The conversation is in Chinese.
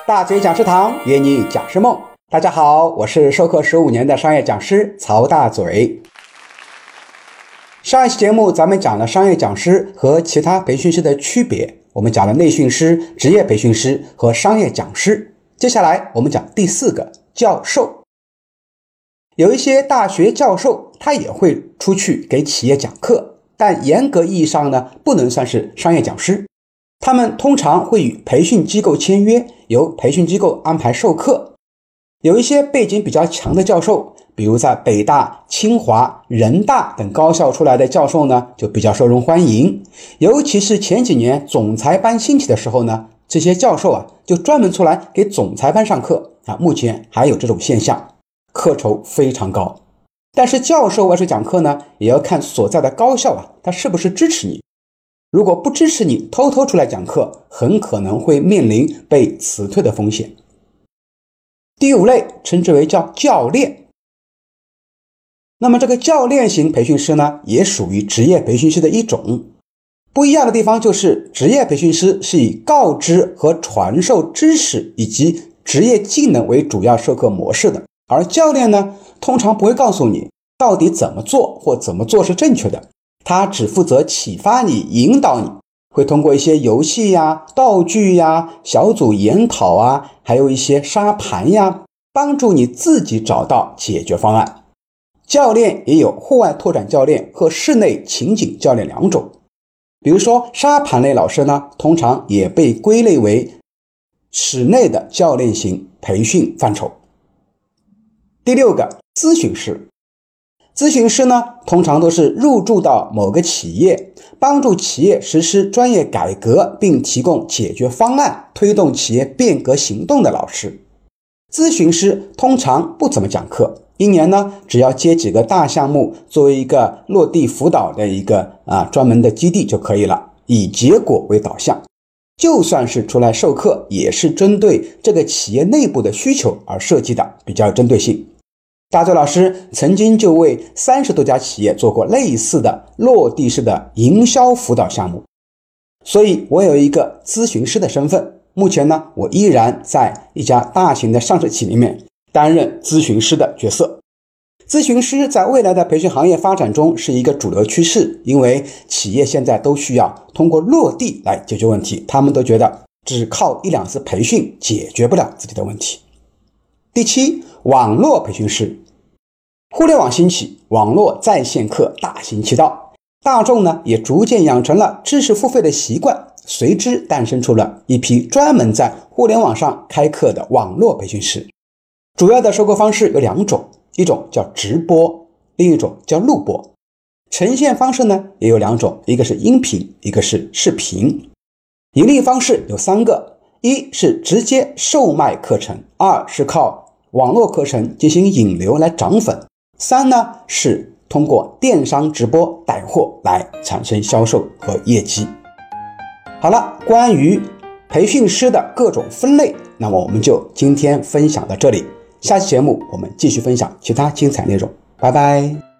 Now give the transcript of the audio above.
大嘴讲师堂约你讲师梦。大家好，我是授课15年的商业讲师曹大嘴。上一期节目咱们讲了商业讲师和其他培训师的区别，我们讲了内训师、职业培训师和商业讲师。接下来我们讲第4个，教授。有一些大学教授他也会出去给企业讲课，但严格意义上呢，不能算是商业讲师。他们通常会与培训机构签约，由培训机构安排授课。有一些背景比较强的教授，比如在北大、清华、人大等高校出来的教授呢，就比较受人欢迎。尤其是前几年总裁班兴起的时候呢，这些教授就专门出来给总裁班上课目前还有这种现象，课酬非常高。但是教授外出讲课呢，也要看所在的高校他是不是支持你。如果不支持你偷偷出来讲课，很可能会面临被辞退的风险。第5类称之为叫教练。那么这个教练型培训师呢，也属于职业培训师的一种。不一样的地方就是职业培训师是以告知和传授知识以及职业技能为主要授课模式的，而教练呢，通常不会告诉你到底怎么做或怎么做是正确的，他只负责启发你、引导你，会通过一些游戏道具小组研讨还有一些沙盘帮助你自己找到解决方案。教练也有户外拓展教练和室内情景教练2种。比如说沙盘类老师呢，通常也被归类为室内的教练型培训范畴。第6个，咨询师。咨询师呢，通常都是入驻到某个企业，帮助企业实施专业改革，并提供解决方案，推动企业变革行动的老师。咨询师通常不怎么讲课，一年呢，只要接几个大项目，作为一个落地辅导的一个专门的基地就可以了，以结果为导向。就算是出来授课，也是针对这个企业内部的需求而设计的，比较有针对性。大嘴老师曾经就为30多家企业做过类似的落地式的营销辅导项目，所以我有一个咨询师的身份。目前呢，我依然在一家大型的上市企业里面担任咨询师的角色。咨询师在未来的培训行业发展中是一个主流趋势，因为企业现在都需要通过落地来解决问题，他们都觉得只靠1-2次培训解决不了自己的问题。第7，网络培训师。互联网兴起，网络在线课大行其道，大众呢也逐渐养成了知识付费的习惯，随之诞生出了一批专门在互联网上开课的网络培训师。主要的授课方式有2种，一种叫直播，另一种叫录播。呈现方式呢也有2种，一个是音频，一个是视频。盈利方式有3个，一是直接售卖课程，2是靠网络课程进行引流来涨粉，3呢是通过电商直播带货来产生销售和业绩。好了，关于培训师的各种分类，那么我们就今天分享到这里，下期节目我们继续分享其他精彩内容，拜拜。